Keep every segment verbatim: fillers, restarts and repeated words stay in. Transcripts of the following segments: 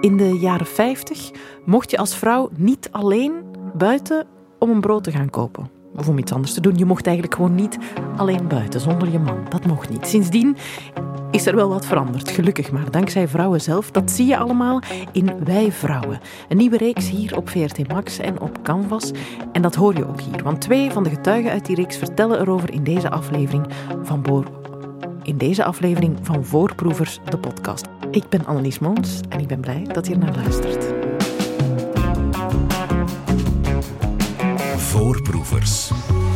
In de jaren vijftig mocht je als vrouw niet alleen buiten om een brood te gaan kopen. Of om iets anders te doen. Je mocht eigenlijk gewoon niet alleen buiten, zonder je man. Dat mocht niet. Sindsdien is er wel wat veranderd, gelukkig maar. Dankzij vrouwen zelf. Dat zie je allemaal in Wij Vrouwen. Een nieuwe reeks hier op V R T Max en op Canvas. En dat hoor je ook hier. Want twee van de getuigen uit die reeks vertellen erover in deze aflevering van Boor... In deze aflevering van Voorproevers, de podcast. Ik ben Annelies Moons en ik ben blij dat je er naar luistert. Voorproevers.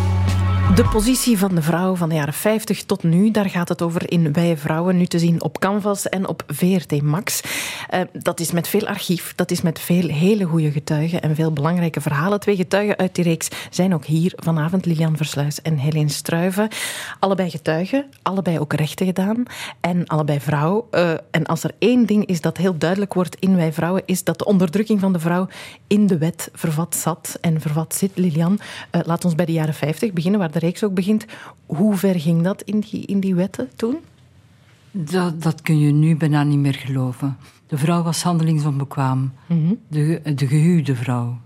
De positie van de vrouw van de jaren vijftig tot nu, daar gaat het over in Wij Vrouwen, nu te zien op Canvas en op V R T Max. Uh, dat is met veel archief, dat is met veel hele goede getuigen en veel belangrijke verhalen. Twee getuigen uit die reeks zijn ook hier vanavond, Lilian Versluis en Helene Struiven. Allebei getuigen, allebei ook rechten gedaan en allebei vrouw. Uh, en als er één ding is dat heel duidelijk wordt in Wij Vrouwen, is dat de onderdrukking van de vrouw in de wet vervat zat en vervat zit. Lilian, uh, laat ons bij de jaren vijftig beginnen, waar de reeks ook begint. Hoe ver ging dat in die, in die wetten toen? Dat, dat kun je nu bijna niet meer geloven. De vrouw was handelingsonbekwaam. Mm-hmm. De, de gehuwde vrouw.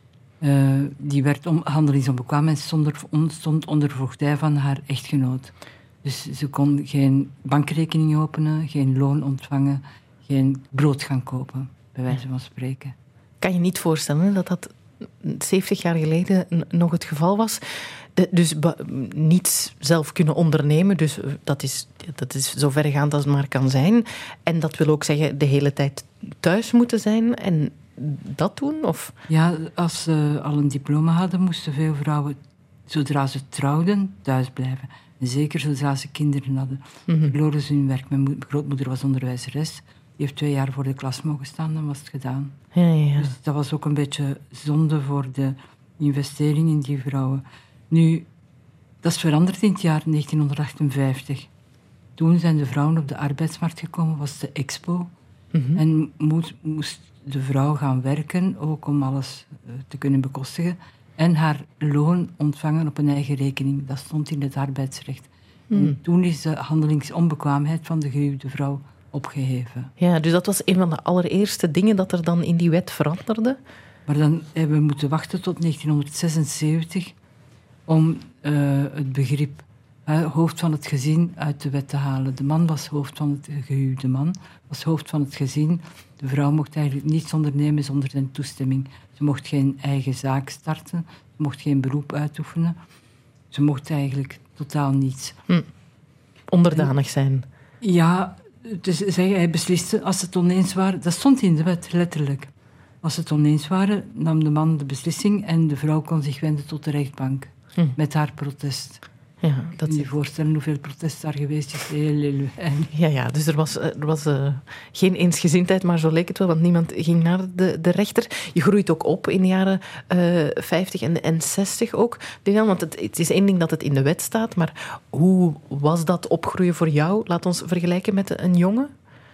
Uh, die werd om, handelingsonbekwaam en stond, er, stond onder voogdij van haar echtgenoot. Dus ze kon geen bankrekening openen, geen loon ontvangen, geen brood gaan kopen, bij wijze van spreken. Kan je niet voorstellen dat dat zeventig jaar geleden nog het geval was? De, dus ba, niets zelf kunnen ondernemen, dus dat is, dat is zo verregaand als het maar kan zijn. En dat wil ook zeggen de hele tijd thuis moeten zijn en dat doen? Of? Ja, als ze al een diploma hadden, moesten veel vrouwen, zodra ze trouwden, thuis blijven. En zeker zodra ze kinderen hadden. Mm-hmm. Verloren ze hun werk. Mijn mo- grootmoeder was onderwijzeres. Die heeft twee jaar voor de klas mogen staan, dan was het gedaan. Ja, ja. Dus dat was ook een beetje zonde voor de investering in die vrouwen. Nu, dat is veranderd in het jaar negentien achtenvijftig. Toen zijn de vrouwen op de arbeidsmarkt gekomen, was de expo. Mm-hmm. En moest, moest de vrouw gaan werken, ook om alles uh, te kunnen bekostigen. En haar loon ontvangen op een eigen rekening. Dat stond in het arbeidsrecht. Mm. En toen is de handelingsonbekwaamheid van de gehuwde vrouw opgeheven. Ja, dus dat was een van de allereerste dingen dat er dan in die wet veranderde. Maar dan hebben we moeten wachten tot negentien zesenzeventig om uh, het begrip uh, hoofd van het gezin uit de wet te halen. De man was hoofd van het gehuwde man, was hoofd van het gezin. De vrouw mocht eigenlijk niets ondernemen zonder zijn toestemming. Ze mocht geen eigen zaak starten, ze mocht geen beroep uitoefenen. Ze mocht eigenlijk totaal niets. Hm. Onderdanig zijn. Ja, dus zeggen, hij besliste als ze het oneens waren. Dat stond in de wet, letterlijk. Als ze het oneens waren, nam de man de beslissing en de vrouw kon zich wenden tot de rechtbank hm. met haar protest. Ja, dat kun je je voorstellen hoeveel protest daar geweest is? Heel, heel weinig. Ja, ja, dus er was, er was uh, geen eensgezindheid, maar zo leek het wel, want niemand ging naar de, de rechter. Je groeit ook op in de jaren uh, vijftig en, en zestig ook. Want het, het is één ding dat het in de wet staat, maar hoe was dat opgroeien voor jou? Laat ons vergelijken met een jongen.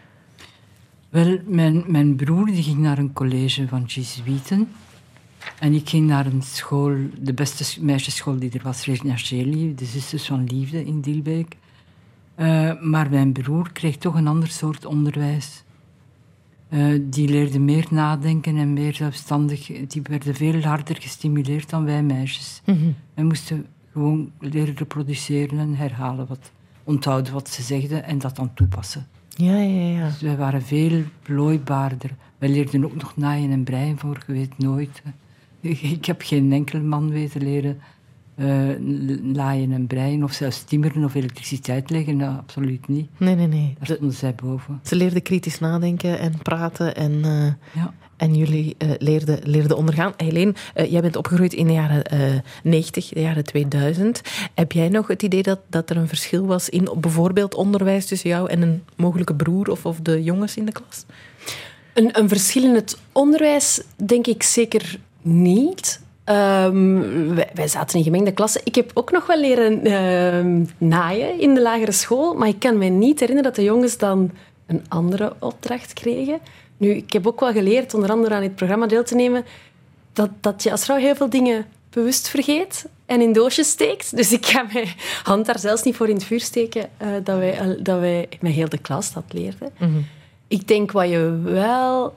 Wel, mijn, mijn broer die ging naar een college van Jesuiten. En ik ging naar een school, de beste meisjesschool die er was, Regina Cheli, de Zusters van Liefde in Dilbeek. Uh, maar mijn broer kreeg toch een ander soort onderwijs. Uh, die leerde meer nadenken en meer zelfstandig. Die werden veel harder gestimuleerd dan wij meisjes. Mm-hmm. Wij moesten gewoon leren reproduceren en herhalen, wat, onthouden wat ze zegden en dat dan toepassen. Ja, ja, ja. Dus wij waren veel plooibaarder. Wij leerden ook nog naaien en breien voor, je weet nooit. Ik heb geen enkel man weten leren uh, laaien en breien of zelfs timmeren of elektriciteit leggen. Nou, absoluut niet. Nee, nee, nee. Daar stonden zij boven. Ze leerden kritisch nadenken en praten en, uh, ja. en jullie uh, leerden, leerden ondergaan. Helene, uh, jij bent opgegroeid in de jaren uh, negentig, de jaren tweeduizend. Heb jij nog het idee dat, dat er een verschil was in bijvoorbeeld onderwijs tussen jou en een mogelijke broer of, of de jongens in de klas? Een, een verschil in het onderwijs denk ik zeker niet. Um, wij, wij zaten in gemengde klassen. Ik heb ook nog wel leren uh, naaien in de lagere school, maar ik kan me niet herinneren dat de jongens dan een andere opdracht kregen. Nu, ik heb ook wel geleerd, onder andere aan dit programma deel te nemen, dat, dat je als vrouw heel veel dingen bewust vergeet en in doosjes steekt. Dus ik ga mijn hand daar zelfs niet voor in het vuur steken uh, dat, wij, uh, dat wij met heel de klas dat leerden. Mm-hmm. Ik denk wat je wel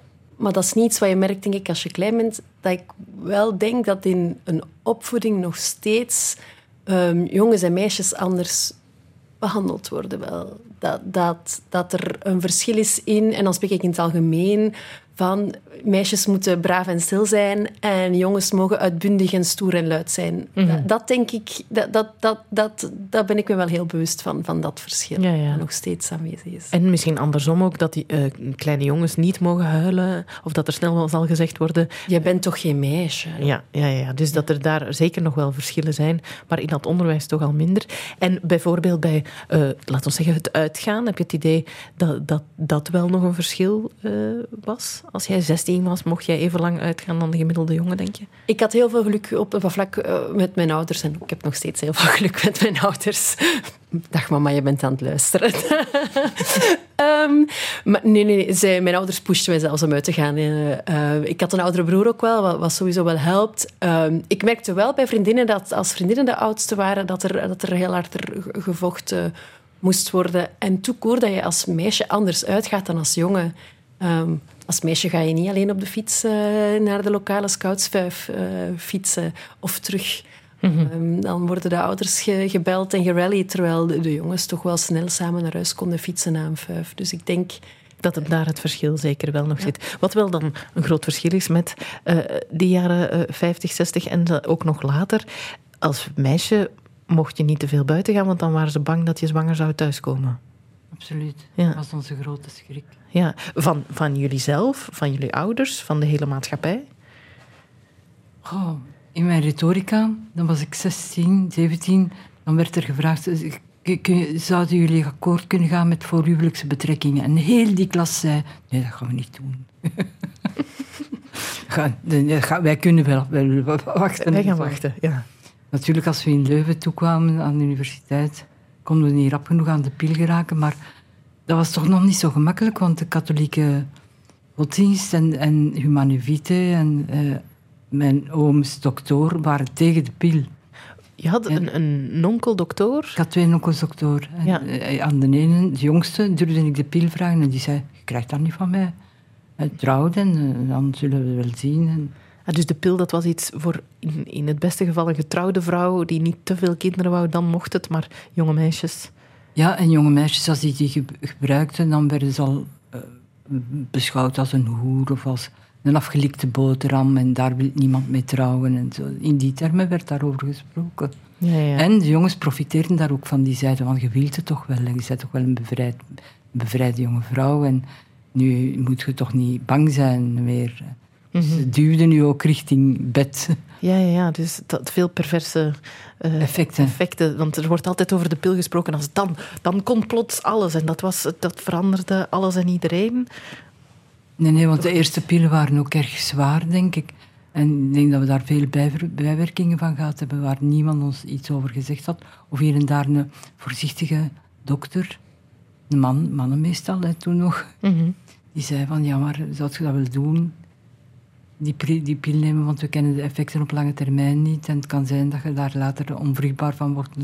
maar dat is niet iets wat je merkt, denk ik, als je klein bent. Dat ik wel denk dat in een opvoeding nog steeds um, jongens en meisjes anders behandeld worden. Wel. Dat, dat, dat er een verschil is in, en dan spreek ik in het algemeen, van meisjes moeten braaf en stil zijn en jongens mogen uitbundig en stoer en luid zijn. Mm-hmm. Dat, dat denk ik, dat, dat, dat, dat, dat ben ik me wel heel bewust van, van dat verschil ja, ja. dat nog steeds aanwezig is. En misschien andersom ook, dat die uh, kleine jongens niet mogen huilen, of dat er snel wel zal gezegd worden... Je bent toch geen meisje? Ja, ja, ja, dus dat er daar zeker nog wel verschillen zijn, maar in dat onderwijs toch al minder. En bijvoorbeeld bij, uh, laten we zeggen, het uitgaan, heb je het idee dat dat, dat wel nog een verschil uh, was? Als jij zestien was, mocht jij even lang uitgaan dan de gemiddelde jongen, denk je? Ik had heel veel geluk op dat vlak uh, met mijn ouders. En ik heb nog steeds heel veel geluk met mijn ouders. Dag mama, je bent aan het luisteren. um, maar nee, nee, nee. Zij, mijn ouders pushten mij zelfs om uit te gaan. Uh, uh, ik had een oudere broer ook wel, wat, wat sowieso wel helpt. Um, ik merkte wel bij vriendinnen dat als vriendinnen de oudste waren, dat er, dat er heel hard gevochten moest worden. En tout court dat je als meisje anders uitgaat dan als jongen. Um, Als meisje ga je niet alleen op de fiets uh, naar de lokale scoutsvuif uh, fietsen of terug. Mm-hmm. Um, dan worden de ouders ge- gebeld en gerallied, terwijl de, de jongens toch wel snel samen naar huis konden fietsen na een vuif. Dus ik denk... Dat het daar het verschil zeker wel nog ja. zit. Wat wel dan een groot verschil is met uh, die jaren uh, vijftig, zestig en ook nog later. Als meisje mocht je niet te veel buiten gaan, want dan waren ze bang dat je zwanger zou thuiskomen. Absoluut. Ja. Dat was onze grote schrik. Ja. Van, van jullie zelf, van jullie ouders, van de hele maatschappij? Oh, in mijn retorica, dan was ik zestien, zeventien, dan werd er gevraagd, zouden jullie akkoord kunnen gaan met voorhuwelijkse betrekkingen? En heel die klas zei, nee, dat gaan we niet doen. Ga, wij kunnen wel, wel wachten. Wij gaan wachten, ja. Natuurlijk, als we in Leuven toekwamen aan de universiteit, konden we niet rap genoeg aan de pil geraken, maar dat was toch nog niet zo gemakkelijk, want de katholieke godsdienst en, en Humane Vitae en uh, mijn ooms dokter waren tegen de pil. Je had een, een onkel-dokter? Ik had twee onkels-dokter. Ja. Aan de ene, de jongste, durfde ik de pil vragen en die zei, je krijgt dat niet van mij. Trouwd en dan zullen we wel zien. En ah, dus de pil, dat was iets voor in, in het beste geval een getrouwde vrouw die niet te veel kinderen wou, dan mocht het, maar jonge meisjes... Ja, en jonge meisjes, als die die gebruikten, dan werden ze al uh, beschouwd als een hoer of als een afgelikte boterham en daar wil niemand mee trouwen. En zo. In die termen werd daarover gesproken. Ja, ja. En de jongens profiteerden daar ook van. Die zeiden van, je wilt het toch wel. Je bent toch wel een bevrijd, bevrijde jonge vrouw. En nu moet je toch niet bang zijn meer. Mm-hmm. Ze duwden nu ook richting bed. Ja, ja, ja, dus dat veel perverse uh, effecten. effecten. Want er wordt altijd over de pil gesproken als dan, dan komt plots alles. En dat, was, dat veranderde alles en iedereen. Nee, nee, want de eerste pillen waren ook erg zwaar, denk ik. En ik denk dat we daar veel bijver, bijwerkingen van gehad hebben, waar niemand ons iets over gezegd had. Of hier en daar een voorzichtige dokter, een man, mannen meestal, hè, toen nog, mm-hmm. die zei van, ja, maar zou je dat wel doen? Die, die pil nemen, want we kennen de effecten op lange termijn niet. En het kan zijn dat je daar later onvruchtbaar van wordt.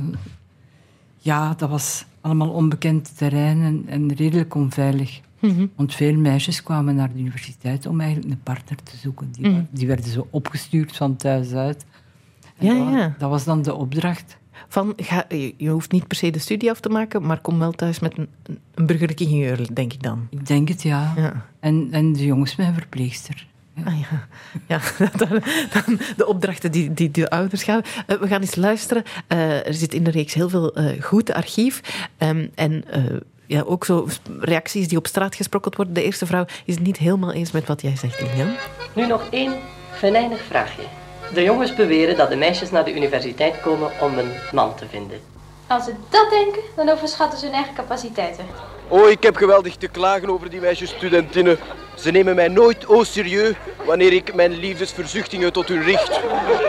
Ja, dat was allemaal onbekend terrein en, en redelijk onveilig. Mm-hmm. Want veel meisjes kwamen naar de universiteit om eigenlijk een partner te zoeken. Die, mm-hmm. die werden zo opgestuurd van thuis uit. En ja, dat, ja. dat was dan de opdracht. Van, ga, je hoeft niet per se de studie af te maken, maar kom wel thuis met een, een burgerlijk ingenieur, denk ik dan. Ik denk het, ja. ja. En, en de jongens met een verpleegster. Ja. Ah, ja. Ja, dan, dan de opdrachten die, die de ouders gaan. Uh, we gaan eens luisteren. Uh, er zit in de reeks heel veel uh, goed archief. Um, en uh, ja, ook zo reacties die op straat gesprokkeld worden. De eerste vrouw is het niet helemaal eens met wat jij zegt, Lilian. Nu nog één venijnig vraagje. De jongens beweren dat de meisjes naar de universiteit komen om een man te vinden. Als ze dat denken, dan overschatten ze hun eigen capaciteiten. Oh, ik heb geweldig te klagen over die meisjes studentinnen. Ze nemen mij nooit au serieus wanneer ik mijn liefdesverzuchtingen tot hun richt.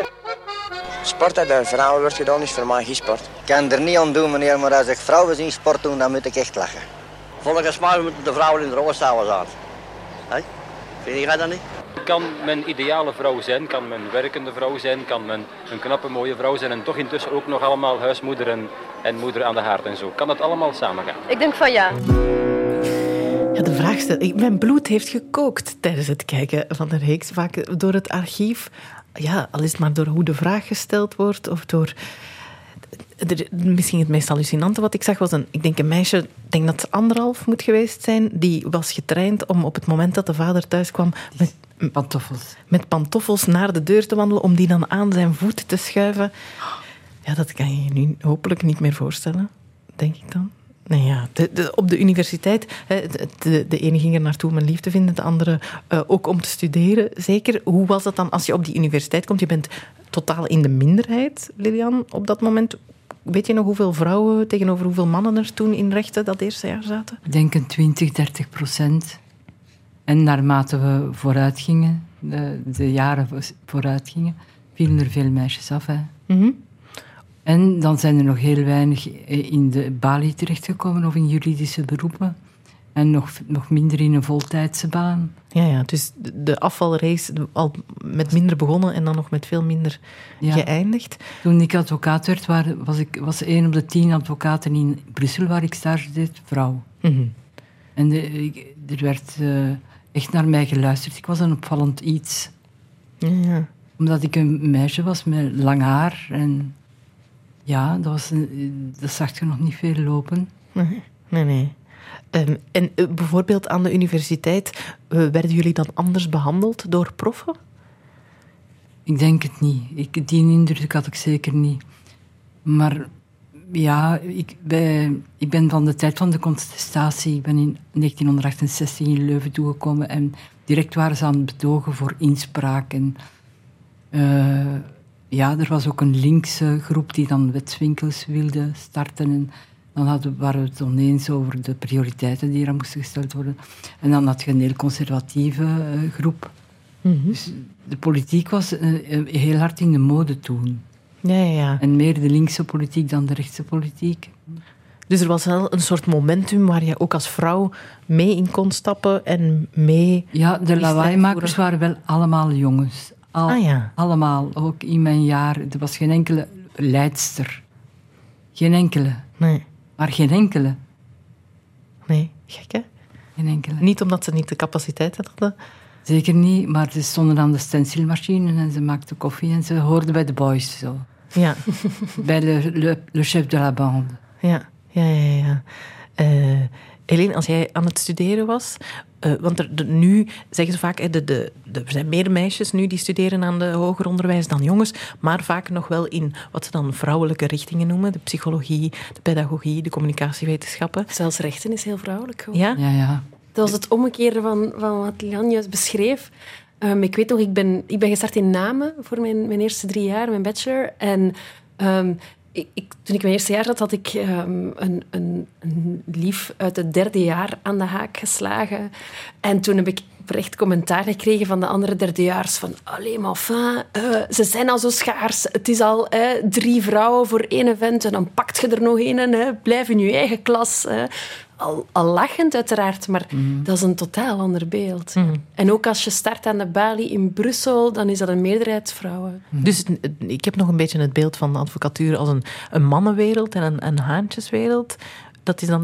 Sport dat door vrouwen wordt gedaan is voor mij geen sport. Ik kan er niet aan doen, meneer, maar als ik vrouwen zien sport doen, dan moet ik echt lachen. Volgens mij moeten de vrouwen in de roodstaan zijn. Hey? Vind jij dat niet? Kan men ideale vrouw zijn, kan men werkende vrouw zijn, kan men een knappe mooie vrouw zijn en toch intussen ook nog allemaal huismoeder en, en moeder aan de haard en zo. Kan dat allemaal samengaan? Ik denk van ja. Ja, de vraag stelt... Mijn bloed heeft gekookt tijdens het kijken van de reeks. Vaak door het archief. Ja, al is het maar door hoe de vraag gesteld wordt of door... Misschien het meest hallucinante wat ik zag was een, ik denk een meisje, ik denk dat het anderhalf moet geweest zijn, die was getraind om op het moment dat de vader thuis kwam met pantoffels. met pantoffels naar de deur te wandelen om die dan aan zijn voet te schuiven. Ja, dat kan je je nu hopelijk niet meer voorstellen, denk ik dan. Nee, ja, de, de, op de universiteit, de, de, de ene ging er naartoe om een lief te vinden, de andere uh, ook om te studeren, zeker. Hoe was dat dan als je op die universiteit komt? Je bent totaal in de minderheid, Lilian, op dat moment. Weet je nog hoeveel vrouwen tegenover hoeveel mannen er toen in rechten dat eerste jaar zaten? Ik denk een twintig, dertig procent. En naarmate we vooruit gingen, de, de jaren vooruit gingen, vielen er veel meisjes af. Hè. Mm-hmm. En dan zijn er nog heel weinig in de balie terechtgekomen of in juridische beroepen. En nog, nog minder in een voltijdse baan. Ja, ja, dus de afvalrace al met minder begonnen en dan nog met veel minder ja. geëindigd. Toen ik advocaat werd, was ik was één op de tien advocaten in Brussel waar ik stage deed, vrouw. Mm-hmm. En de, ik, er werd uh, echt naar mij geluisterd. Ik was een opvallend iets. Ja, ja. Omdat ik een meisje was met lang haar. En ja, dat, was een, dat zag je nog niet veel lopen. Nee, nee. nee. Um, en uh, bijvoorbeeld aan de universiteit, uh, werden jullie dan anders behandeld door proffen? Ik denk het niet. Ik, die indruk had ik zeker niet. Maar ja, ik, bij, ik ben van de tijd van de contestatie. Ik ben in negentien achtenzestig in Leuven toegekomen en direct waren ze aan het betogen voor inspraak. En uh, ja, er was ook een linkse groep die dan wetswinkels wilde starten. En dan hadden, waren we het oneens over de prioriteiten die er moesten gesteld worden. En dan had je een heel conservatieve uh, groep. Mm-hmm. Dus de politiek was uh, heel hard in de mode toen. Ja, ja, ja. En meer de linkse politiek dan de rechtse politiek. Dus er was wel een soort momentum waar je ook als vrouw mee in kon stappen en mee... Ja, de lawaaimakers waren wel allemaal jongens. Al, ah, ja. Allemaal, ook in mijn jaar. Er was geen enkele leidster. Geen enkele. Nee. Maar geen enkele. Nee, gek hè? Geen enkele. Niet omdat ze niet de capaciteit hadden? Zeker niet, maar ze stonden aan de stencilmachine en ze maakten koffie en ze hoorden bij de boys zo. Ja. Bij le, le, le chef de la bande. Ja, ja, ja. ja. Uh, Helene, als jij aan het studeren was... Uh, want er, de, nu zeggen ze vaak... De, de, de, er zijn meer meisjes nu die studeren aan de hoger onderwijs dan jongens, maar vaak nog wel in wat ze dan vrouwelijke richtingen noemen. De psychologie, de pedagogie, de communicatiewetenschappen. Zelfs rechten is heel vrouwelijk geworden. Ja? Ja, ja. Dat was het omgekeerde van, van wat Lilian juist beschreef. Um, ik weet nog, ik ben, ik ben gestart in Namen voor mijn, mijn eerste drie jaar, mijn bachelor. En um, ik, ik, toen ik mijn eerste jaar zat, had ik um, een, een, een lief uit het derde jaar aan de haak geslagen. En toen heb ik echt commentaar gekregen van de andere derdejaars van allee, maar enfin, uh, ze zijn al zo schaars. Het is al uh, drie vrouwen voor één vent en dan pakt je er nog één. Uh, blijf in je eigen klas. Uh. Al, al lachend uiteraard, maar mm. dat is een totaal ander beeld. Mm. En ook als je start aan de balie in Brussel, dan is dat een meerderheid vrouwen. Mm. Dus ik heb nog een beetje het beeld van de advocatuur als een, een mannenwereld en een, een haantjeswereld. Dat is dan...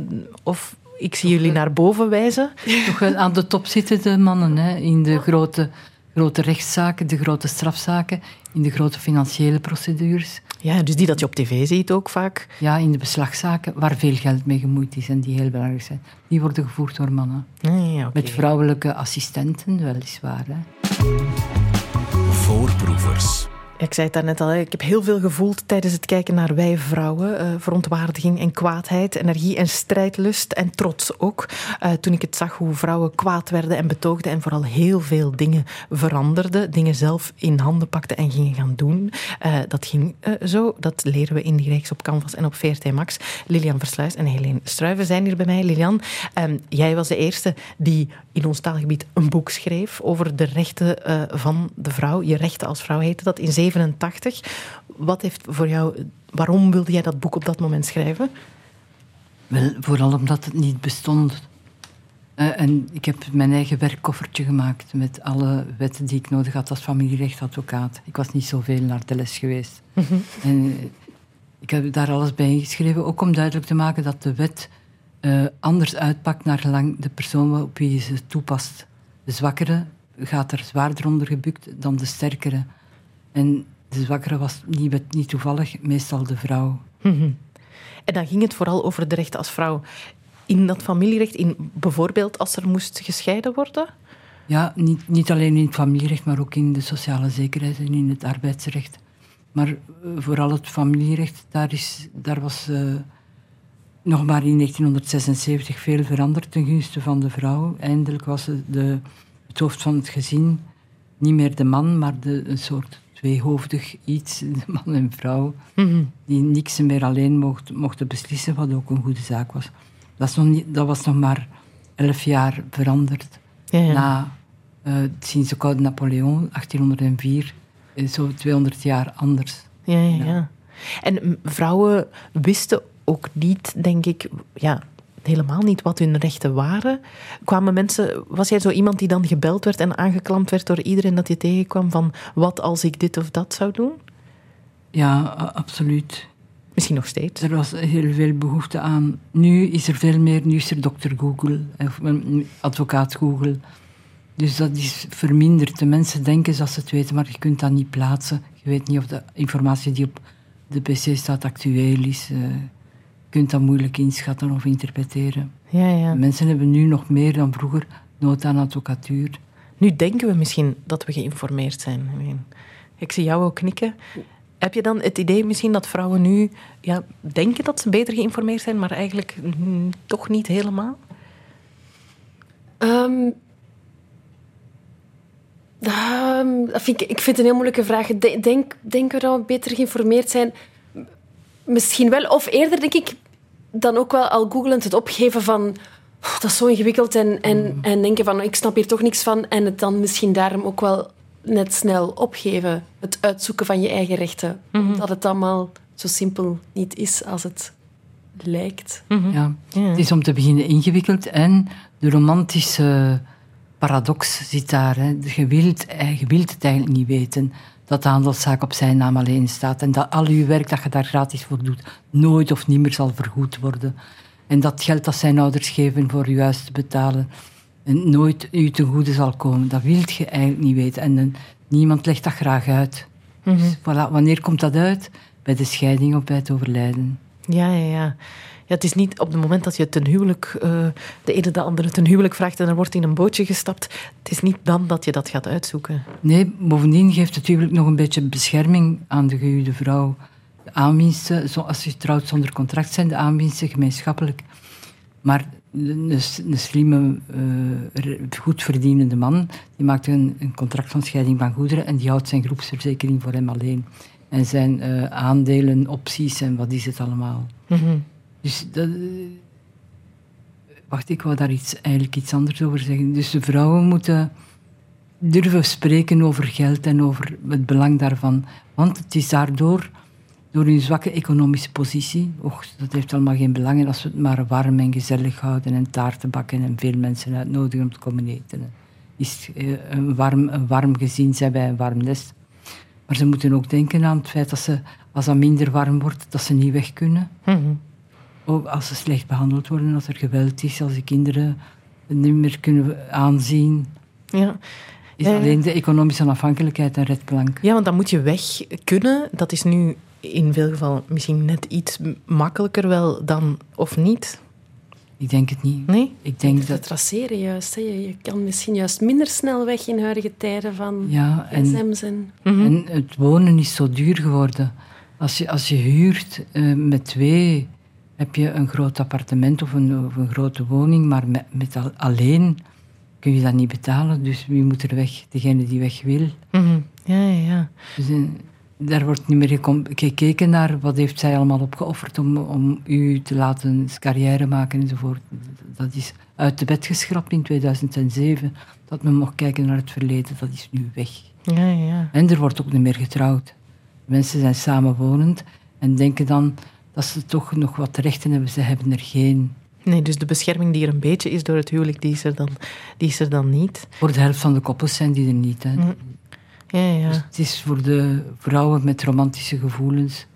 Of ik zie jullie naar boven wijzen. Toch wel aan de top zitten de mannen, hè, in de grote, grote rechtszaken, de grote strafzaken, in de grote financiële procedures. Ja, dus die dat je op tv ziet ook vaak. Ja, in de beslagzaken, waar veel geld mee gemoeid is en die heel belangrijk zijn. Die worden gevoerd door mannen. Nee, ja, okay. Met vrouwelijke assistenten, weliswaar. Hè. Voorproevers. Ik zei het daarnet al, ik heb heel veel gevoeld tijdens het kijken naar Wij Vrouwen. Uh, verontwaardiging en kwaadheid, energie en strijdlust en trots ook. Uh, toen ik het zag hoe vrouwen kwaad werden en betoogden en vooral heel veel dingen veranderden. Dingen zelf in handen pakten en gingen gaan doen. Uh, dat ging uh, zo. Dat leren we in die reeks op Canvas en op V R T Max. Lilian Versluis en Helene Struiven zijn hier bij mij. Lilian, um, jij was de eerste die in ons taalgebied een boek schreef over de rechten uh, van de vrouw. Je rechten als vrouw heette dat in zevenentachtig. Wat heeft voor jou... Waarom wilde jij dat boek op dat moment schrijven? Wel, vooral omdat het niet bestond. Uh, en ik heb mijn eigen werkkoffertje gemaakt met alle wetten die ik nodig had als familierechtadvocaat. Ik was niet zoveel naar de les geweest. Mm-hmm. En uh, ik heb daar alles bij ingeschreven, ook om duidelijk te maken dat de wet uh, anders uitpakt naar gelang de persoon op wie je ze toepast. De zwakkere gaat er zwaarder onder gebukt dan de sterkere. En de zwakkere was niet, niet toevallig meestal de vrouw. Mm-hmm. En dan ging het vooral over de rechten als vrouw. In dat familierecht, in bijvoorbeeld als er moest gescheiden worden? Ja, niet, niet alleen in het familierecht, maar ook in de sociale zekerheid en in het arbeidsrecht. Maar uh, vooral het familierecht, daar, is, daar was uh, nog maar in negentienhonderdzesenzeventig veel veranderd ten gunste van de vrouw. Eindelijk was de, de, het hoofd van het gezin niet meer de man, maar de, een soort tweehoofdig iets, de man en vrouw, mm-hmm. die niks meer alleen mocht, mochten beslissen, wat ook een goede zaak was. Dat, is nog niet, dat was nog maar elf jaar veranderd. Ja, ja. Na, uh, sinds de Koude Napoleon, achttienhonderdvier, zo tweehonderd jaar anders. Ja, ja, ja. ja. En vrouwen wisten ook niet, denk ik, ja, helemaal niet wat hun rechten waren. Kwamen mensen, was jij zo iemand die dan gebeld werd en aangeklampt werd door iedereen dat je tegenkwam van wat als ik dit of dat zou doen? Ja, absoluut. Misschien nog steeds. Er was heel veel behoefte aan. Nu is er veel meer, nu is er dokter Google, of advocaat Google. Dus dat is verminderd. De mensen denken dat ze het weten, maar je kunt dat niet plaatsen. Je weet niet of de informatie die op de pc staat actueel is. Uh, je kunt dat moeilijk inschatten of interpreteren. Ja, ja. Mensen hebben nu nog meer dan vroeger nood aan advocatuur. Nu denken we misschien dat we geïnformeerd zijn. Ik zie jou ook knikken. Heb je dan het idee misschien dat vrouwen nu ja, denken dat ze beter geïnformeerd zijn, maar eigenlijk hm, toch niet helemaal? Um, um, dat vind ik, ik vind het een heel moeilijke vraag. De, denk, denken we dat we beter geïnformeerd zijn? Misschien wel. Of eerder denk ik dan ook wel al googlend het opgeven van oh, dat is zo ingewikkeld en, en, mm. en denken van ik snap hier toch niks van en het dan misschien daarom ook wel net snel opgeven. Het uitzoeken van je eigen rechten. Mm-hmm. Omdat het allemaal zo simpel niet is als het lijkt. Mm-hmm. Ja, ja. Het is om te beginnen ingewikkeld en de romantische paradox zit daar. Hè. Je, wilt, je wilt het eigenlijk niet weten dat de handelszaak op zijn naam alleen staat en dat al je werk dat je daar gratis voor doet nooit of niet meer zal vergoed worden. En dat geld dat zijn ouders geven voor je huis te betalen en nooit u ten goede zal komen. Dat wil je eigenlijk niet weten. En, en niemand legt dat graag uit. Mm-hmm. Dus voilà, wanneer komt dat uit? Bij de scheiding of bij het overlijden. Ja, ja, ja. Ja, het is niet op het moment dat je ten huwelijk, uh, de ene de andere ten huwelijk vraagt en er wordt in een bootje gestapt. Het is niet dan dat je dat gaat uitzoeken. Nee, bovendien geeft het huwelijk nog een beetje bescherming aan de gehuwde vrouw. De aanwinsten, als je trouwt zonder contract, zijn de aanwinsten gemeenschappelijk. Maar een, een slimme, uh, goed verdienende man, die maakt een, een contract van scheiding van goederen en die houdt zijn groepsverzekering voor hem alleen. En zijn uh, aandelen, opties en wat is het allemaal. Mm-hmm. Dus dat, wacht, ik wou daar iets, eigenlijk iets anders over zeggen. Dus de vrouwen moeten durven spreken over geld en over het belang daarvan. Want het is daardoor, door hun zwakke economische positie, och, dat heeft allemaal geen belang. En als we het maar warm en gezellig houden en taarten bakken en veel mensen uitnodigen om te komen eten. Is een warm, een warm gezin zijn bij een warm nest. Maar ze moeten ook denken aan het feit dat ze, als dat minder warm wordt, dat ze niet weg kunnen. Mm-hmm. Ook als ze slecht behandeld worden, als er geweld is, als de kinderen het niet meer kunnen aanzien. Ja. Is uh, alleen de economische onafhankelijkheid een redplank. Ja, want dan moet je weg kunnen. Dat is nu in veel gevallen misschien net iets makkelijker wel dan of niet. Ik denk het niet. Nee? Ik denk dat... Het traceren juist. Hè. Je kan misschien juist minder snel weg in huidige tijden van ja, en, gsm's. En... Mm-hmm. En het wonen is zo duur geworden. Als je, als je huurt uh, met twee, heb je een groot appartement of een, of een grote woning, maar met, met al, alleen kun je dat niet betalen. Dus wie moet er weg? Degene die weg wil. Mm-hmm. Ja, ja, ja. Dus, uh, daar wordt niet meer gekeken naar wat heeft zij allemaal opgeofferd om, om u te laten carrière maken enzovoort. Dat is uit de bed geschrapt in tweeduizend zeven. Dat men mocht kijken naar het verleden, dat is nu weg. Ja, ja. En er wordt ook niet meer getrouwd. Mensen zijn samenwonend en denken dan dat ze toch nog wat rechten hebben. Ze hebben er geen. Nee, dus de bescherming die er een beetje is door het huwelijk, die is er dan, die is er dan niet. Voor de helft van de koppels zijn die er niet. Hè. Mm. Ja, ja. Dus het is voor de vrouwen met romantische gevoelens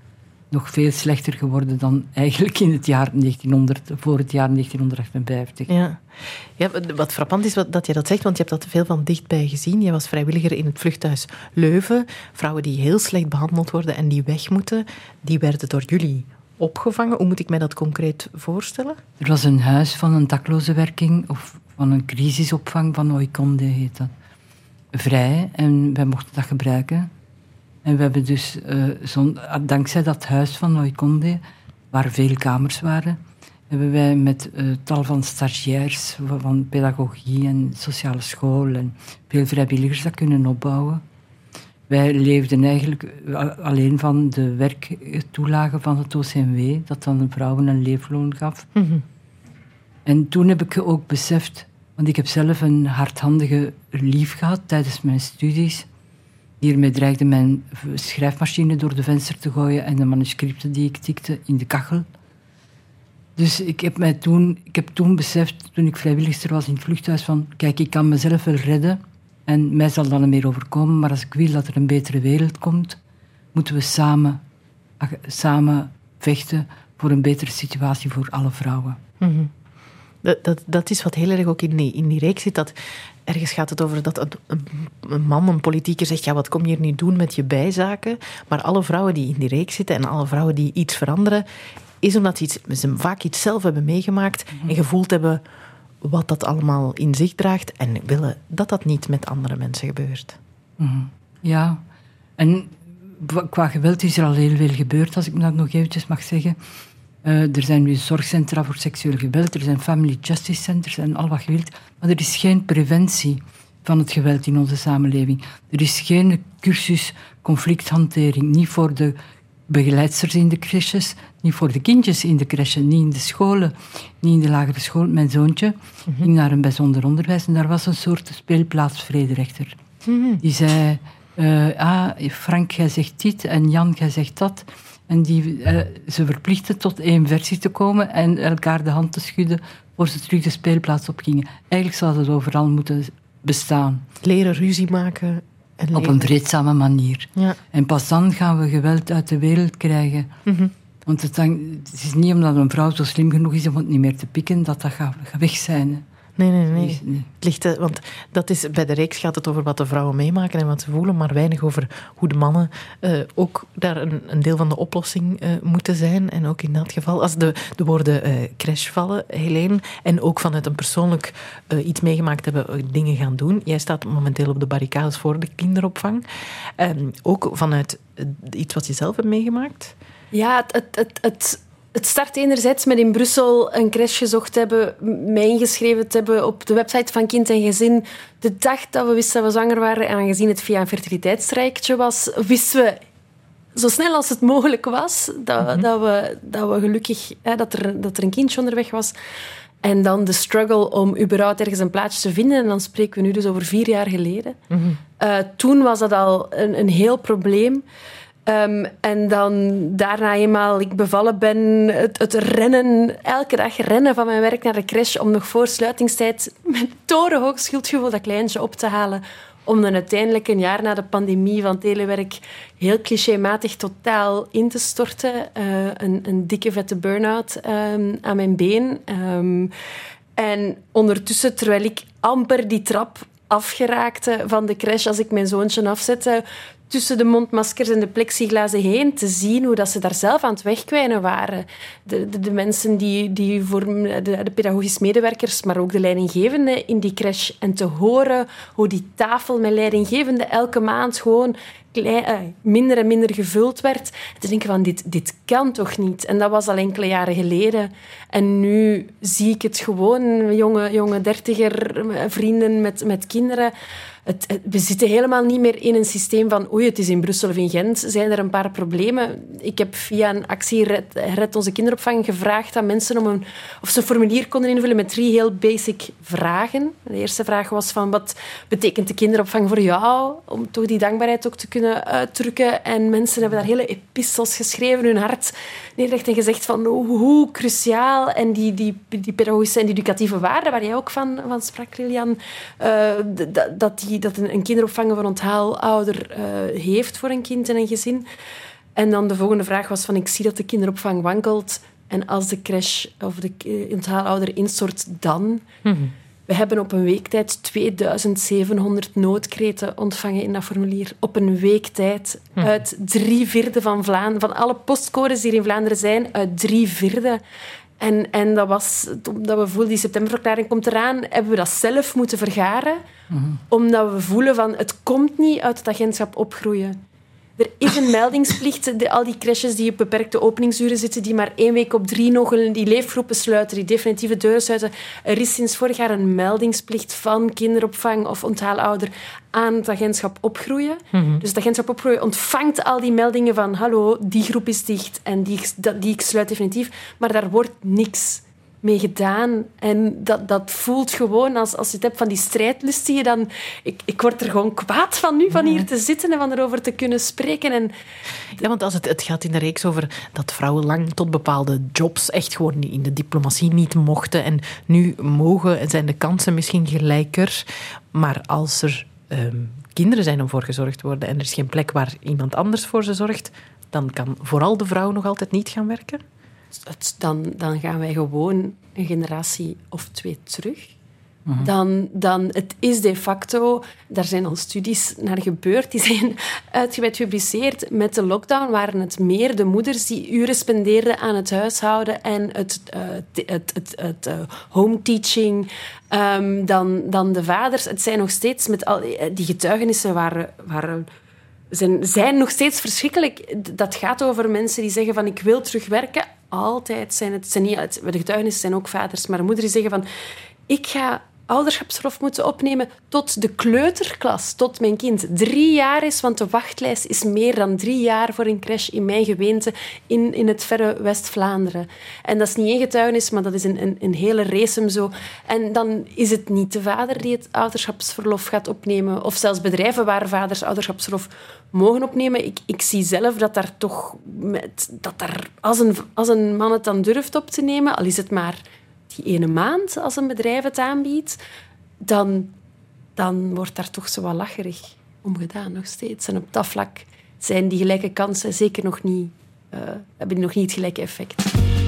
nog veel slechter geworden dan eigenlijk in het jaar negentienhonderd, voor het jaar negentienhonderdachtenvijftig. Ja. Ja, wat frappant is wat, dat je dat zegt, want je hebt dat veel van dichtbij gezien. Je was vrijwilliger in het vluchthuis Leuven. Vrouwen die heel slecht behandeld worden en die weg moeten, die werden door jullie opgevangen. Hoe moet ik mij dat concreet voorstellen? Er was een huis van een daklozenwerking of van een crisisopvang van Oikonde heet dat. Vrij en wij mochten dat gebruiken. En we hebben dus, uh, zo, dankzij dat huis van Oikonde, waar veel kamers waren, hebben wij met uh, tal van stagiairs van pedagogie en sociale school en veel vrijwilligers dat kunnen opbouwen. Wij leefden eigenlijk alleen van de werktoelage van het O C M W, dat dan de vrouwen een leefloon gaf. Mm-hmm. En toen heb ik ook beseft, want ik heb zelf een hardhandige lief gehad tijdens mijn studies. Hiermee dreigde mijn schrijfmachine door de venster te gooien en de manuscripten die ik tikte in de kachel. Dus ik heb, mij toen, ik heb toen beseft, toen ik vrijwilligster was in het vluchthuis, van kijk, ik kan mezelf wel redden en mij zal dan meer overkomen, maar als ik wil dat er een betere wereld komt, moeten we samen, samen vechten voor een betere situatie voor alle vrouwen. Mm-hmm. Dat, dat, dat is wat heel erg ook in die, in die reeks zit, dat ergens gaat het over dat een, een man, een politieker zegt, ja, wat kom je hier nu doen met je bijzaken? Maar alle vrouwen die in die reeks zitten en alle vrouwen die iets veranderen, is omdat ze, iets, ze vaak iets zelf hebben meegemaakt mm-hmm. en gevoeld hebben wat dat allemaal in zich draagt en willen dat dat niet met andere mensen gebeurt. Mm-hmm. Ja, en qua geweld is er al heel veel gebeurd, als ik dat nog eventjes mag zeggen. Uh, er zijn nu zorgcentra voor seksueel geweld, er zijn family justice centers en al wat je wilt. Maar er is geen preventie van het geweld in onze samenleving. Er is geen cursus conflicthantering, niet voor de begeleidsters in de crèches, niet voor de kindjes in de crèche, niet in de scholen, niet in de lagere school. Mijn zoontje mm-hmm. ging naar een bijzonder onderwijs en daar was een soort speelplaatsvrederechter. Mm-hmm. Die zei, uh, ah, Frank, jij zegt dit en Jan, jij zegt dat. En die, uh, ze verplichten tot één versie te komen en elkaar de hand te schudden voor ze terug de speelplaats opgingen. Eigenlijk zou dat overal moeten bestaan. Leren ruzie maken. En leren... Op een vreedzame manier. Ja. En pas dan gaan we geweld uit de wereld krijgen. Mm-hmm. Want het, dan, het is niet omdat een vrouw zo slim genoeg is om het niet meer te pikken, dat dat gaat weg zijn. Nee, nee, nee. nee. Het ligt, want dat is, bij de reeks gaat het over wat de vrouwen meemaken en wat ze voelen, maar weinig over hoe de mannen uh, ook daar een, een deel van de oplossing uh, moeten zijn. En ook in dat geval, als de, de woorden uh, crash vallen, Helene, en ook vanuit een persoonlijk uh, iets meegemaakt hebben, uh, dingen gaan doen. Jij staat momenteel op de barricades voor de kinderopvang. Um, ook vanuit uh, iets wat je zelf hebt meegemaakt. Ja, het... het, het, het... Het start enerzijds met in Brussel een crash gezocht hebben, mij ingeschreven te hebben op de website van Kind en Gezin. De dag dat we wisten dat we zwanger waren, en aangezien het via een fertiliteitstrajectje was, wisten we zo snel als het mogelijk was dat, mm-hmm. dat, we, dat we gelukkig, hè, dat, er, dat er een kindje onderweg was. En dan de struggle om überhaupt ergens een plaatsje te vinden. En dan spreken we nu dus over vier jaar geleden. Mm-hmm. Uh, toen was dat al een, een heel probleem. Um, en dan daarna eenmaal ik bevallen ben, het, het rennen, elke dag rennen van mijn werk naar de crèche om nog voor sluitingstijd met torenhoog schuldgevoel dat kleintje op te halen. Om dan uiteindelijk een jaar na de pandemie van telewerk heel clichématig totaal in te storten. Uh, een, een dikke vette burn-out um, aan mijn been. Um, en ondertussen, terwijl ik amper die trap afgeraakte van de crèche als ik mijn zoontje afzette, tussen de mondmaskers en de plexiglazen heen, te zien hoe dat ze daar zelf aan het wegkwijnen waren. De, de, de mensen die, die voor de, de pedagogisch medewerkers, maar ook de leidinggevende in die crèche. En te horen hoe die tafel met leidinggevende elke maand gewoon klein, uh, minder en minder gevuld werd. En te denken van, dit, dit kan toch niet? En dat was al enkele jaren geleden. En nu zie ik het gewoon, jonge, jonge dertiger vrienden met, met kinderen. Het, het, we zitten helemaal niet meer in een systeem van oei, het is in Brussel of in Gent, zijn er een paar problemen. Ik heb via een actie Red, Red Onze Kinderopvang gevraagd aan mensen om een, of ze een formulier konden invullen met drie heel basic vragen. De eerste vraag was van wat betekent de kinderopvang voor jou? Om toch die dankbaarheid ook te kunnen uitdrukken. En mensen hebben daar hele epistels geschreven, hun hart neergelegd en gezegd van hoe, hoe cruciaal en die, die, die pedagogische en die educatieve waarden, waar jij ook van, van sprak, Lilian, uh, dat, dat die dat een kinderopvang of een onthaalouder uh, heeft voor een kind en een gezin. En dan de volgende vraag was van, ik zie dat de kinderopvang wankelt en als de crash of de onthaalouder instort, dan... Mm-hmm. We hebben op een week tijd tweeduizend zevenhonderd noodkreten ontvangen in dat formulier. Op een week tijd. Mm. Uit drie vierde van Vlaanderen. Van alle postcodes die er in Vlaanderen zijn, uit drie vierde. En, en dat was, omdat we voelden, die septemberverklaring komt eraan, hebben we dat zelf moeten vergaren. Mm-hmm. Omdat we voelen van, het komt niet uit het agentschap opgroeien. Er is een meldingsplicht. De, al die crèches die op beperkte openingsuren zitten, die maar één week op drie nog die leefgroepen sluiten, die definitieve deuren sluiten. Er is sinds vorig jaar een meldingsplicht van kinderopvang of onthaalouder aan het agentschap opgroeien. Mm-hmm. Dus het agentschap opgroeien ontvangt al die meldingen van hallo, die groep is dicht en die, die ik sluit definitief. Maar daar wordt niks mee gedaan. En dat, dat voelt gewoon, als, als je het hebt van die strijdlust, zie je dan... Ik, ik word er gewoon kwaad van nu, van hier te zitten en van erover te kunnen spreken. En... Ja, want als het, het gaat in de reeks over dat vrouwen lang tot bepaalde jobs echt gewoon in de diplomatie niet mochten. En nu mogen en zijn de kansen misschien gelijker. Maar als er um, kinderen zijn om voor gezorgd te worden en er is geen plek waar iemand anders voor ze zorgt, dan kan vooral de vrouw nog altijd niet gaan werken? Het, dan, dan gaan wij gewoon een generatie of twee terug. Mm-hmm. Dan, dan, het is de facto... Daar zijn al studies naar gebeurd. Die zijn uitgebreid gepubliceerd. Met de lockdown waren het meer de moeders die uren spendeerden aan het huishouden en het, uh, het, het, het, het uh, home teaching um, dan, dan de vaders. Het zijn nog steeds... met al die getuigenissen waren... waren zijn, zijn nog steeds verschrikkelijk. Dat gaat over mensen die zeggen van ik wil terugwerken. Altijd zijn het... Zijn niet, de getuigenissen zijn ook vaders, maar moeders die zeggen van ik ga ouderschapsverlof moeten opnemen tot de kleuterklas, tot mijn kind drie jaar is, want de wachtlijst is meer dan drie jaar voor een crash in mijn gemeente in, in het verre West-Vlaanderen. En dat is niet één getuigenis, maar dat is een, een, een hele race zo. En dan is het niet de vader die het ouderschapsverlof gaat opnemen, of zelfs bedrijven waar vaders ouderschapsverlof mogen opnemen. Ik, ik zie zelf dat daar toch, met, dat daar, als een, als een man het dan durft op te nemen, al is het maar die ene maand, als een bedrijf het aanbiedt, dan, dan wordt daar toch zo wat lacherig om gedaan, nog steeds. En op dat vlak zijn die gelijke kansen zeker nog niet, uh, hebben die nog niet het gelijke effect.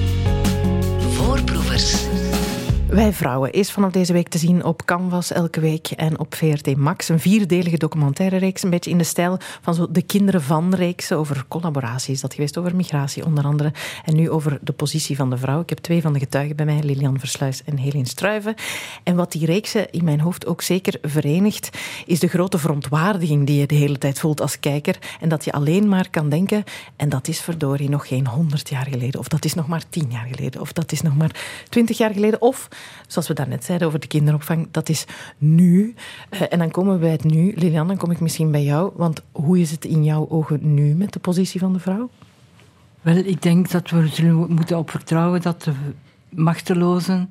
Voorproevers. Wij Vrouwen is vanaf deze week te zien op Canvas elke week en op V R T Max. Een vierdelige documentaire reeks, een beetje in de stijl van zo de Kinderen van reeksen. Over collaboratie is dat geweest, over migratie onder andere. En nu over de positie van de vrouw. Ik heb twee van de getuigen bij mij, Lilian Versluis en Helene Struiven. En wat die reeksen in mijn hoofd ook zeker verenigt, is de grote verontwaardiging die je de hele tijd voelt als kijker. En dat je alleen maar kan denken, en dat is verdorie nog geen honderd jaar geleden. Of dat is nog maar tien jaar geleden. Of dat is nog maar twintig jaar geleden. Of... zoals we daarnet zeiden over de kinderopvang, dat is nu. Uh, en dan komen we bij het nu. Lilian, dan kom ik misschien bij jou. Want hoe is het in jouw ogen nu met de positie van de vrouw? Wel, ik denk dat we zullen moeten op vertrouwen dat de machtelozen,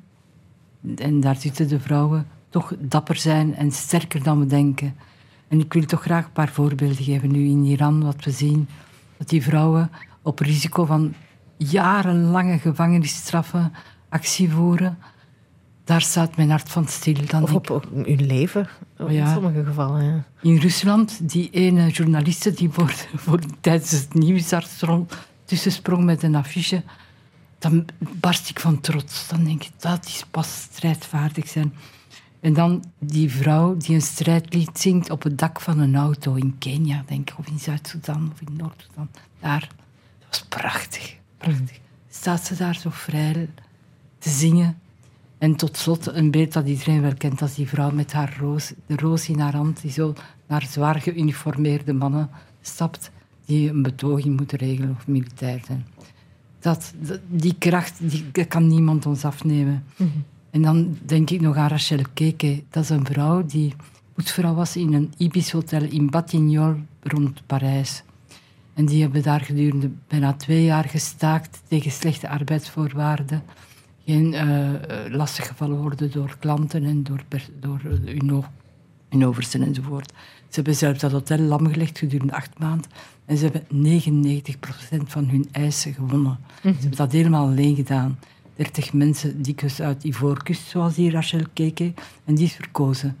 en daar zitten de vrouwen, toch dapper zijn en sterker dan we denken. En ik wil toch graag een paar voorbeelden geven. Nu in Iran, wat we zien, dat die vrouwen op risico van jarenlange gevangenisstraffen actie voeren. Daar staat mijn hart van stil. Dan of op, op hun leven, in ja. sommige gevallen. Ja. In Rusland, die ene journaliste die voor, voor, tijdens het nieuws daar tussensprong met een affiche, dan barst ik van trots. Dan denk ik, dat is pas strijdvaardig zijn. En dan die vrouw die een strijdlied zingt op het dak van een auto in Kenia, denk ik, of in Zuid-Soedan of in Noord-Soedan. Daar, dat was prachtig, prachtig. Staat ze daar zo vrij te zingen. En tot slot een beeld dat iedereen wel kent, als die vrouw met haar roos, de roos in haar hand, die zo naar zwaar geuniformeerde mannen stapt, die een betoging moeten regelen of militair zijn. Dat, die kracht, die, dat kan niemand ons afnemen. Mm-hmm. En dan denk ik nog aan Rachel Keke. Dat is een vrouw die poetsvrouw was in een Ibis-hotel in Batignolles rond Parijs. En die hebben daar gedurende bijna twee jaar gestaakt tegen slechte arbeidsvoorwaarden. Geen uh, lastig gevallen worden door klanten en door, door hun, hun oversten enzovoort. Ze hebben zelfs dat hotel lam gelegd gedurende acht maanden. En ze hebben negenennegentig procent van hun eisen gewonnen. Mm-hmm. Ze hebben dat helemaal alleen gedaan. dertig mensen, dikwijls uit Ivoorkust, zoals die Rachel Keke. En die is verkozen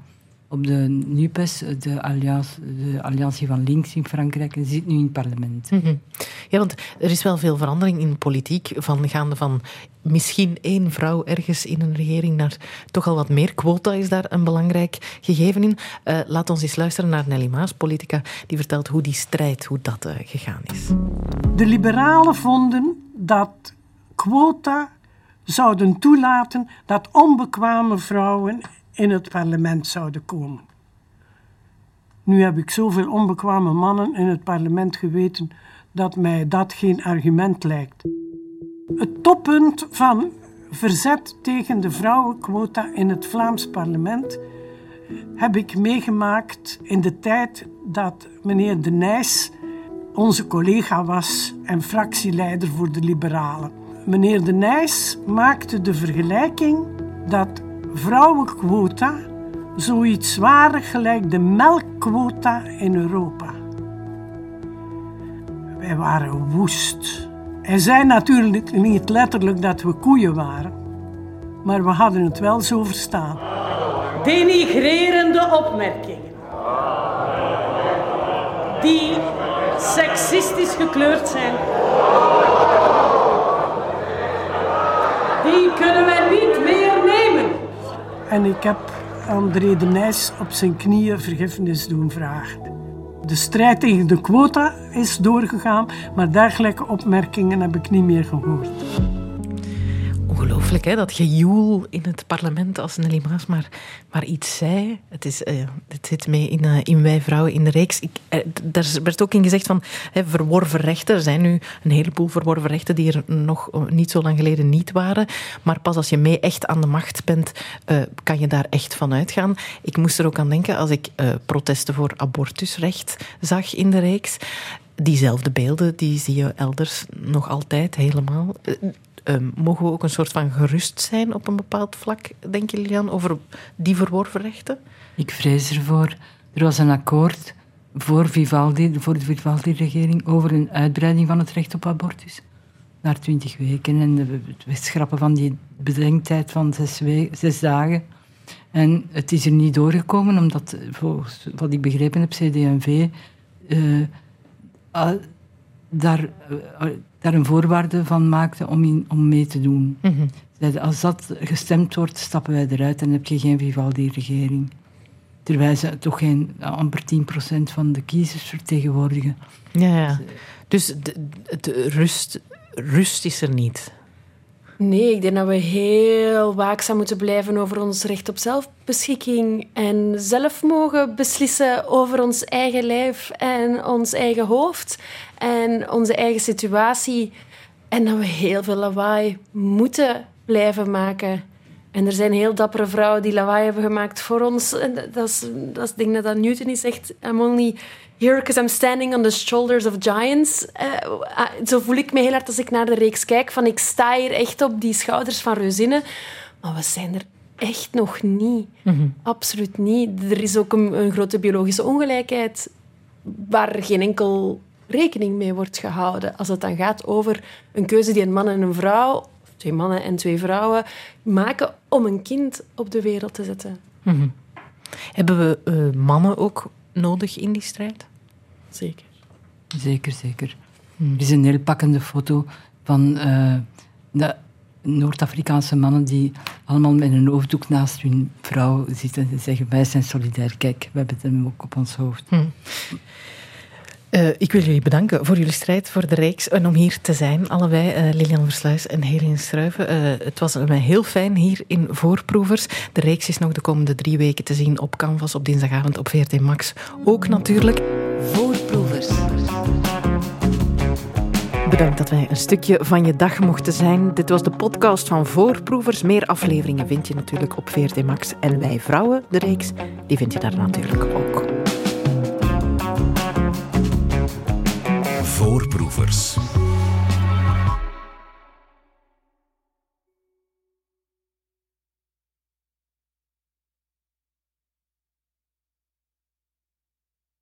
op de NUPES, de, alliantie, de alliantie van links in Frankrijk, en zit nu in het parlement. Mm-hmm. Ja, want er is wel veel verandering in politiek, van gaande van misschien één vrouw ergens in een regering naar toch al wat meer. Quota is daar een belangrijk gegeven in. Uh, laat ons eens luisteren naar Nelly Maas, politica, die vertelt hoe die strijd, hoe dat uh, gegaan is. De liberalen vonden dat quota zouden toelaten dat onbekwame vrouwen in het parlement zouden komen. Nu heb ik zoveel onbekwame mannen in het parlement geweten dat mij dat geen argument lijkt. Het toppunt van verzet tegen de vrouwenquota in het Vlaams parlement heb ik meegemaakt in de tijd dat meneer De Nijs onze collega was en fractieleider voor de liberalen. Meneer De Nijs maakte de vergelijking dat vrouwenquota zoiets waren gelijk de melkquota in Europa. Wij waren woest. Hij zei natuurlijk niet letterlijk dat we koeien waren, maar we hadden het wel zo verstaan. Denigrerende opmerkingen die seksistisch gekleurd zijn, die kunnen wij niet meer nemen. En ik heb André De Nijs op zijn knieën vergiffenis doen vragen. De strijd tegen de quota is doorgegaan, maar dergelijke opmerkingen heb ik niet meer gehoord. Ongelooflijk, hè? Dat gejoel in het parlement als Nelly Maas maar, maar iets zei. Het, is, uh, het zit mee in, uh, in Wij Vrouwen in de reeks. Ik, uh, daar werd ook in gezegd van hè, verworven rechten. Er zijn nu een heleboel verworven rechten die er nog niet zo lang geleden niet waren. Maar pas als je mee echt aan de macht bent, uh, kan je daar echt van uitgaan. Ik moest er ook aan denken als ik uh, protesten voor abortusrecht zag in de reeks. Diezelfde beelden, die zie je elders nog altijd helemaal. Uh, Um, mogen we ook een soort van gerust zijn op een bepaald vlak, denken jullie dan, over die verworven rechten? Ik vrees ervoor. Er was een akkoord voor, Vivaldi, voor de Vivaldi-regering over een uitbreiding van het recht op abortus naar twintig weken en het schrappen van die bedenktijd van zes, we- zes dagen. En het is er niet doorgekomen, omdat, volgens wat ik begrepen heb, C D en V uh, uh, daar... Uh, daar een voorwaarde van maakte om, in, om mee te doen. Mm-hmm. Zeiden, als dat gestemd wordt, stappen wij eruit en dan heb je geen Vivaldi-regering. Terwijl ze toch geen amper tien procent van de kiezers vertegenwoordigen. Ja, ja. Dus de, de rust, rust is er niet. Nee, ik denk dat we heel waakzaam moeten blijven over ons recht op zelfbeschikking en zelf mogen beslissen over ons eigen lijf en ons eigen hoofd en onze eigen situatie. En dat we heel veel lawaai moeten blijven maken. En er zijn heel dappere vrouwen die lawaai hebben gemaakt voor ons. En dat is, dat is ik denk dat dat Newton is zegt, I'm only here because I'm standing on the shoulders of giants. Uh, zo voel ik me heel hard als ik naar de reeks kijk. Van ik sta hier echt op die schouders van reuzinnen. Maar we zijn er echt nog niet. Mm-hmm. Absoluut niet. Er is ook een, een grote biologische ongelijkheid waar geen enkel rekening mee wordt gehouden. Als het dan gaat over een keuze die een man en een vrouw, twee mannen en twee vrouwen, maken om een kind op de wereld te zetten. Mm-hmm. Hebben we uh, mannen ook nodig in die strijd? Zeker. Zeker, zeker. Mm. Er is een heel pakkende foto van uh, de Noord-Afrikaanse mannen die allemaal met een hoofddoek naast hun vrouw zitten en zeggen, wij zijn solidair, kijk, we hebben hem ook op ons hoofd. Mm. Uh, ik wil jullie bedanken voor jullie strijd voor de reeks en om hier te zijn, allebei, uh, Lilian Versluys en Helene Struiven. Uh, het was mij heel fijn hier in Voorproevers. De reeks is nog de komende drie weken te zien op Canvas, op dinsdagavond op V R T Max. Ook natuurlijk Voorproevers. Bedankt dat wij een stukje van je dag mochten zijn. Dit was de podcast van Voorproevers. Meer afleveringen vind je natuurlijk op V R T Max. En Wij Vrouwen, de reeks, die vind je daar natuurlijk ook. Voorproevers.